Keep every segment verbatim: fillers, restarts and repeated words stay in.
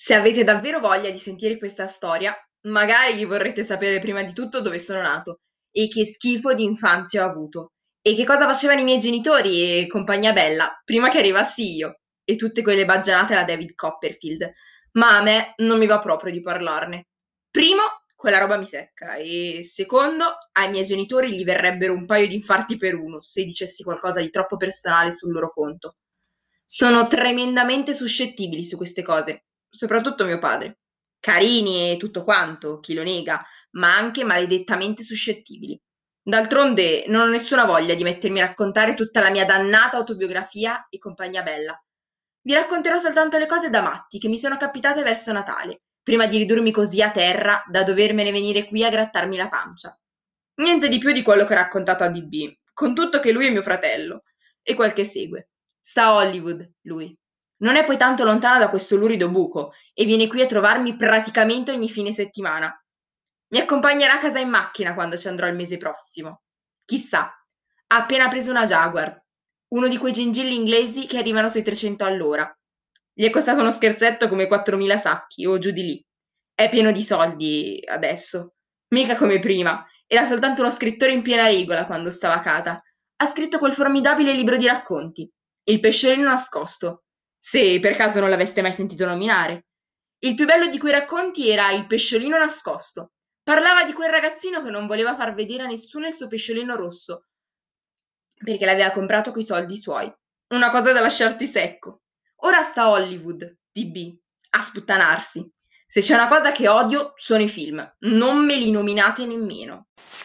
Se avete davvero voglia di sentire questa storia, magari vorrete sapere prima di tutto dove sono nato e che schifo di infanzia ho avuto e che cosa facevano i miei genitori e compagnia bella prima che arrivassi io e tutte quelle baggianate alla David Copperfield. Ma a me non mi va proprio di parlarne. Primo, quella roba mi secca e secondo, ai miei genitori gli verrebbero un paio di infarti per uno se dicessi qualcosa di troppo personale sul loro conto. Sono tremendamente suscettibili su queste cose, soprattutto mio padre. Carini e tutto quanto, chi lo nega, ma anche maledettamente suscettibili. D'altronde non ho nessuna voglia di mettermi a raccontare tutta la mia dannata autobiografia e compagnia bella. Vi racconterò soltanto le cose da matti che mi sono capitate verso Natale, prima di ridurmi così a terra da dovermene venire qui a grattarmi la pancia. Niente di più di quello che ho raccontato a B B, con tutto che lui è mio fratello, e quel che segue. Sta a Hollywood, lui. Non è poi tanto lontano da questo lurido buco e viene qui a trovarmi praticamente ogni fine settimana. Mi accompagnerà a casa in macchina quando ci andrò il mese prossimo. Chissà, ha appena preso una Jaguar, uno di quei gingilli inglesi che arrivano sui trecento all'ora. Gli è costato uno scherzetto come quattromila sacchi o giù di lì. È pieno di soldi adesso, mica come prima. Era soltanto uno scrittore in piena regola quando stava a casa. Ha scritto quel formidabile libro di racconti, Il pesciolino nascosto, se per caso non l'aveste mai sentito nominare. Il più bello di quei racconti era Il pesciolino nascosto. Parlava di quel ragazzino che non voleva far vedere a nessuno il suo pesciolino rosso, perché l'aveva comprato coi soldi suoi. Una cosa da lasciarti secco. Ora sta a Hollywood, B B, a sputtanarsi. Se c'è una cosa che odio, sono i film. Non me li nominate nemmeno.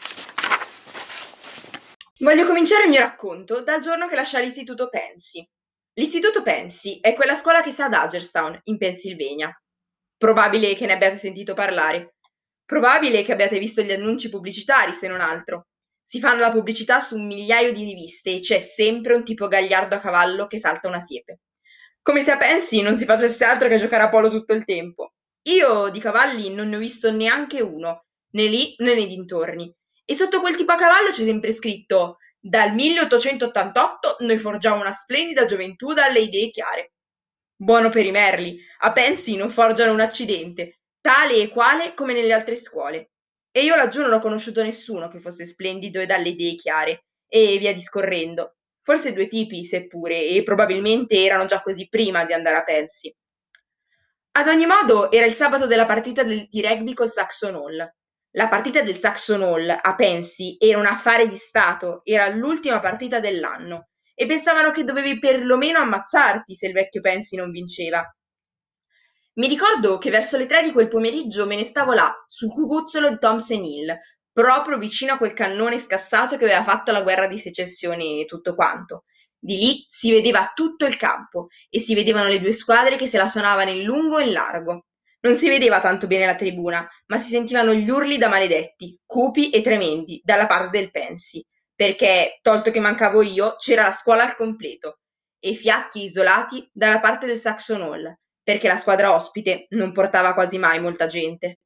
Voglio cominciare il mio racconto dal giorno che lasciai l'istituto Pensi. L'istituto Pensi è quella scuola che sta ad Hagerstown, in Pennsylvania. Probabile che ne abbiate sentito parlare. Probabile che abbiate visto gli annunci pubblicitari, se non altro. Si fanno la pubblicità su un migliaio di riviste e c'è sempre un tipo gagliardo a cavallo che salta una siepe. Come se a Pensi non si facesse altro che giocare a polo tutto il tempo. Io di cavalli non ne ho visto neanche uno, né lì né nei dintorni. E sotto quel tipo a cavallo c'è sempre scritto: dal milleottocentottantotto noi forgiamo una splendida gioventù dalle idee chiare. Buono per i merli, a Pensi non forgiano un accidente, tale e quale come nelle altre scuole. E io laggiù non ho conosciuto nessuno che fosse splendido e dalle idee chiare, e via discorrendo. Forse due tipi, seppure, e probabilmente erano già così prima di andare a Pensi. Ad ogni modo, era il sabato della partita del- di rugby col Saxon Hall. La partita del Saxon Hall a Pensi era un affare di Stato, era l'ultima partita dell'anno e pensavano che dovevi perlomeno ammazzarti se il vecchio Pensi non vinceva. Mi ricordo che verso le tre di quel pomeriggio me ne stavo là, sul cucuzzolo di Thompson Hill, proprio vicino a quel cannone scassato che aveva fatto la guerra di secessione e tutto quanto. Di lì si vedeva tutto il campo e si vedevano le due squadre che se la suonavano in lungo e in largo. Non si vedeva tanto bene la tribuna, ma si sentivano gli urli da maledetti, cupi e tremendi, dalla parte del Pensi, perché, tolto che mancavo io, c'era la scuola al completo, e fiacchi isolati dalla parte del Saxon Hall, perché la squadra ospite non portava quasi mai molta gente.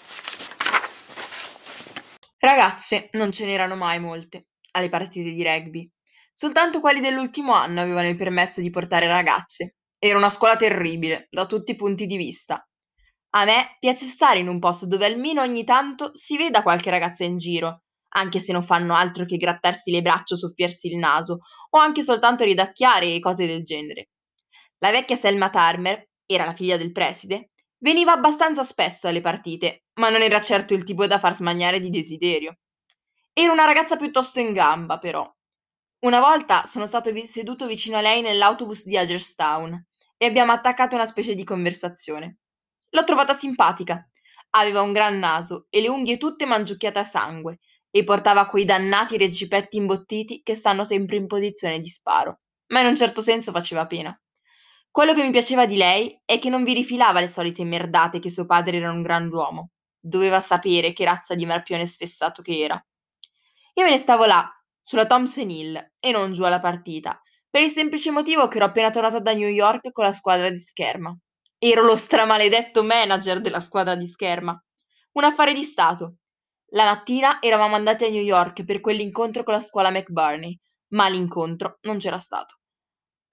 Ragazze non ce n'erano mai molte alle partite di rugby. Soltanto quelli dell'ultimo anno avevano il permesso di portare ragazze. Era una scuola terribile, da tutti i punti di vista. A me piace stare in un posto dove almeno ogni tanto si veda qualche ragazza in giro, anche se non fanno altro che grattarsi le braccia o soffiarsi il naso, o anche soltanto ridacchiare e cose del genere. La vecchia Selma Tarmer, era la figlia del preside, veniva abbastanza spesso alle partite, ma non era certo il tipo da far smaniare di desiderio. Era una ragazza piuttosto in gamba, però. Una volta sono stato vi- seduto vicino a lei nell'autobus di Hagerstown e abbiamo attaccato una specie di conversazione. L'ho trovata simpatica. Aveva un gran naso e le unghie tutte mangiucchiate a sangue e portava quei dannati regipetti imbottiti che stanno sempre in posizione di sparo, ma in un certo senso faceva pena. Quello che mi piaceva di lei è che non vi rifilava le solite merdate che suo padre era un grand'uomo. Doveva sapere che razza di marpione sfessato che era. Io me ne stavo là, sulla Thompson Hill, e non giù alla partita, per il semplice motivo che ero appena tornata da New York con la squadra di scherma. Ero lo stramaledetto manager della squadra di scherma. Un affare di Stato. La mattina eravamo andati a New York per quell'incontro con la scuola McBurney, ma l'incontro non c'era stato.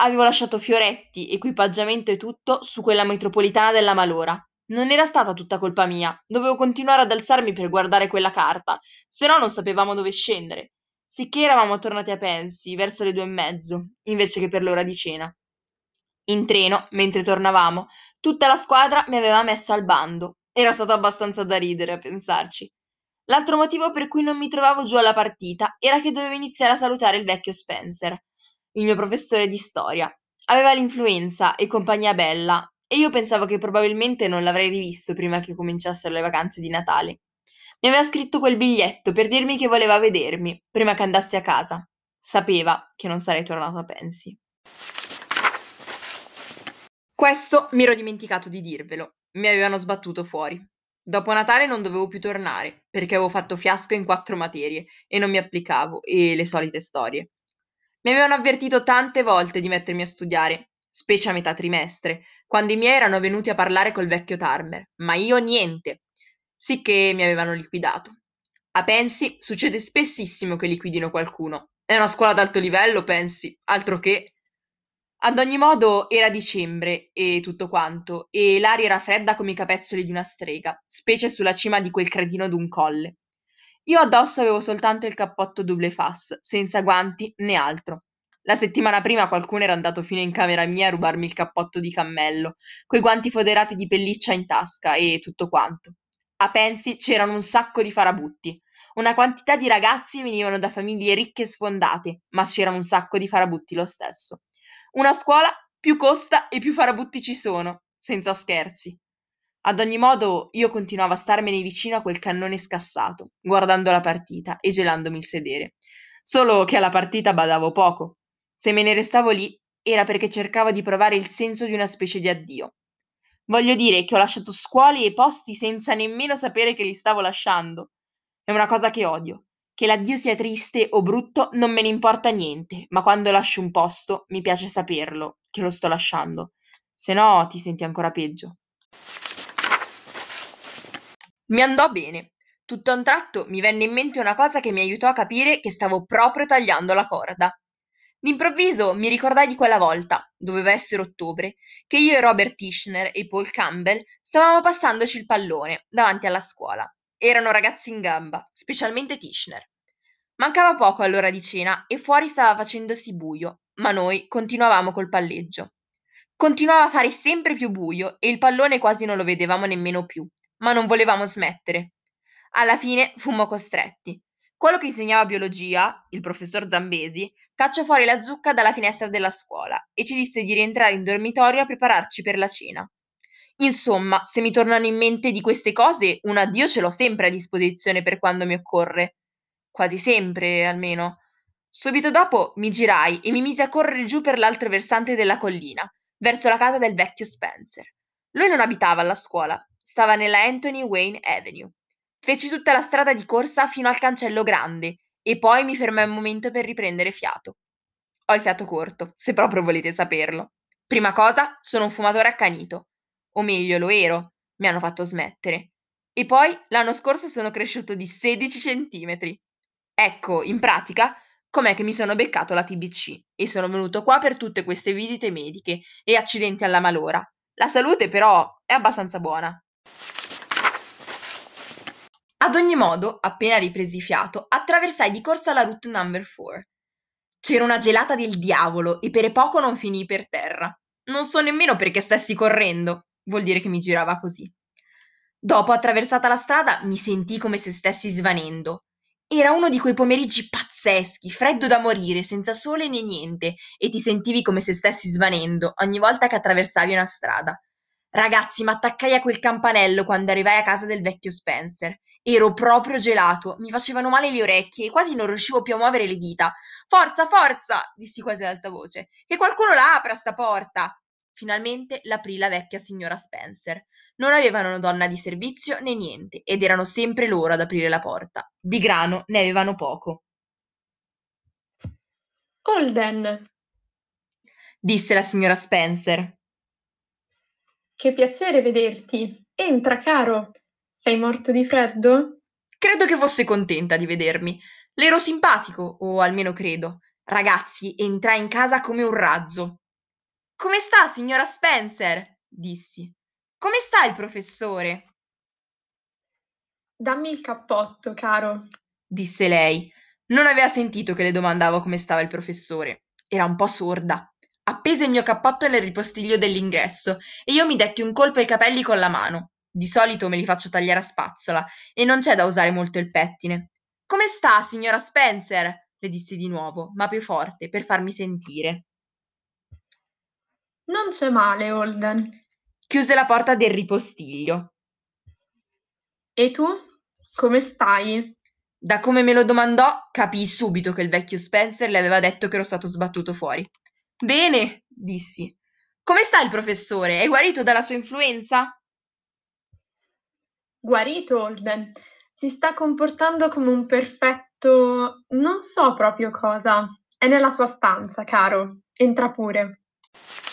Avevo lasciato fioretti, equipaggiamento e tutto su quella metropolitana della malora. Non era stata tutta colpa mia. Dovevo continuare ad alzarmi per guardare quella carta, se no non sapevamo dove scendere. Sicché eravamo tornati a Pensi verso le due e mezzo, invece che per l'ora di cena. In treno, mentre tornavamo, tutta la squadra mi aveva messo al bando. Era stato abbastanza da ridere a pensarci. L'altro motivo per cui non mi trovavo giù alla partita era che dovevo iniziare a salutare il vecchio Spencer, il mio professore di storia. Aveva l'influenza e compagnia bella, e io pensavo che probabilmente non l'avrei rivisto prima che cominciassero le vacanze di Natale. Mi aveva scritto quel biglietto per dirmi che voleva vedermi, prima che andassi a casa. Sapeva che non sarei tornato a Pensi. Questo mi ero dimenticato di dirvelo. Mi avevano sbattuto fuori. Dopo Natale non dovevo più tornare, perché avevo fatto fiasco in quattro materie e non mi applicavo, e le solite storie. Mi avevano avvertito tante volte di mettermi a studiare, specie a metà trimestre, quando i miei erano venuti a parlare col vecchio Tarmer, ma io niente. Sicché mi avevano liquidato. A Pensi succede spessissimo che liquidino qualcuno. È una scuola d'alto livello, pensi, altro che. Ad ogni modo era dicembre e tutto quanto, e l'aria era fredda come i capezzoli di una strega, specie sulla cima di quel cretino d'un colle. Io addosso avevo soltanto il cappotto double fas, senza guanti né altro. La settimana prima qualcuno era andato fino in camera mia a rubarmi il cappotto di cammello, coi guanti foderati di pelliccia in tasca e tutto quanto. A Pensi c'erano un sacco di farabutti. Una quantità di ragazzi venivano da famiglie ricche e sfondate, ma c'erano un sacco di farabutti lo stesso. Una scuola più costa e più farabutti ci sono, senza scherzi. Ad ogni modo, io continuavo a starmene vicino a quel cannone scassato, guardando la partita e gelandomi il sedere. Solo che alla partita badavo poco. Se me ne restavo lì, era perché cercavo di provare il senso di una specie di addio. Voglio dire che ho lasciato scuole e posti senza nemmeno sapere che li stavo lasciando. È una cosa che odio. Che l'addio sia triste o brutto non me ne importa niente, ma quando lascio un posto mi piace saperlo, che lo sto lasciando. Se no ti senti ancora peggio. Mi andò bene. Tutto a un tratto mi venne in mente una cosa che mi aiutò a capire che stavo proprio tagliando la corda. D'improvviso mi ricordai di quella volta, doveva essere ottobre, che io e Robert Tischner e Paul Campbell stavamo passandoci il pallone davanti alla scuola. Erano ragazzi in gamba, specialmente Tischner. Mancava poco all'ora di cena e fuori stava facendosi buio, ma noi continuavamo col palleggio. Continuava a fare sempre più buio e il pallone quasi non lo vedevamo nemmeno più, ma non volevamo smettere. Alla fine fummo costretti. Quello che insegnava biologia, il professor Zambesi, cacciò fuori la zucca dalla finestra della scuola e ci disse di rientrare in dormitorio a prepararci per la cena. Insomma, se mi tornano in mente di queste cose, un addio ce l'ho sempre a disposizione per quando mi occorre. Quasi sempre, almeno. Subito dopo mi girai e mi misi a correre giù per l'altro versante della collina, verso la casa del vecchio Spencer. Lui non abitava alla scuola, stava nella Anthony Wayne Avenue. Feci tutta la strada di corsa fino al cancello grande e poi mi fermai un momento per riprendere fiato. Ho il fiato corto, se proprio volete saperlo. Prima cosa, sono un fumatore accanito. O meglio, lo ero, mi hanno fatto smettere. E poi l'anno scorso sono cresciuto di sedici centimetri. Ecco, in pratica, com'è che mi sono beccato la T B C e sono venuto qua per tutte queste visite mediche e accidenti alla malora. La salute però è abbastanza buona. Ad ogni modo, appena ripresi fiato, attraversai di corsa la route number four. C'era una gelata del diavolo e per poco non finii per terra. Non so nemmeno perché stessi correndo, vuol dire che mi girava così. Dopo attraversata la strada mi sentii come se stessi svanendo. Era uno di quei pomeriggi pazzeschi, freddo da morire, senza sole né niente, e ti sentivi come se stessi svanendo ogni volta che attraversavi una strada. Ragazzi, m'attaccai a quel campanello quando arrivai a casa del vecchio Spencer. Ero proprio gelato, mi facevano male le orecchie e quasi non riuscivo più a muovere le dita. Forza, forza! Dissi quasi ad alta voce. Che qualcuno la apra sta porta! Finalmente l'aprì la vecchia signora Spencer. Non avevano una donna di servizio né niente, ed erano sempre loro ad aprire la porta. Di grano ne avevano poco. Holden, Disse la signora Spencer. che piacere vederti. Entra, caro. Sei morto di freddo? Credo che fosse contenta di vedermi. Le ero simpatico, o almeno credo. Ragazzi, entrai in casa come un razzo. Come sta, signora Spencer? Dissi. Come sta il professore? Dammi il cappotto, caro. Disse lei. Non aveva sentito che le domandavo come stava il professore. Era un po' sorda. Appese il mio cappotto nel ripostiglio dell'ingresso e io mi detti un colpo ai capelli con la mano. Di solito me li faccio tagliare a spazzola e non c'è da usare molto il pettine. Come sta, signora Spencer? Le dissi di nuovo, ma più forte, per farmi sentire. Non c'è male, Holden. Chiuse la porta del ripostiglio. E tu? Come stai? Da come me lo domandò, capii subito che il vecchio Spencer le aveva detto che ero stato sbattuto fuori. Bene, dissi. Come sta il professore? È guarito dalla sua influenza? Guarito, Holden. Si sta comportando come un perfetto... non so proprio cosa. È nella sua stanza, caro. Entra pure.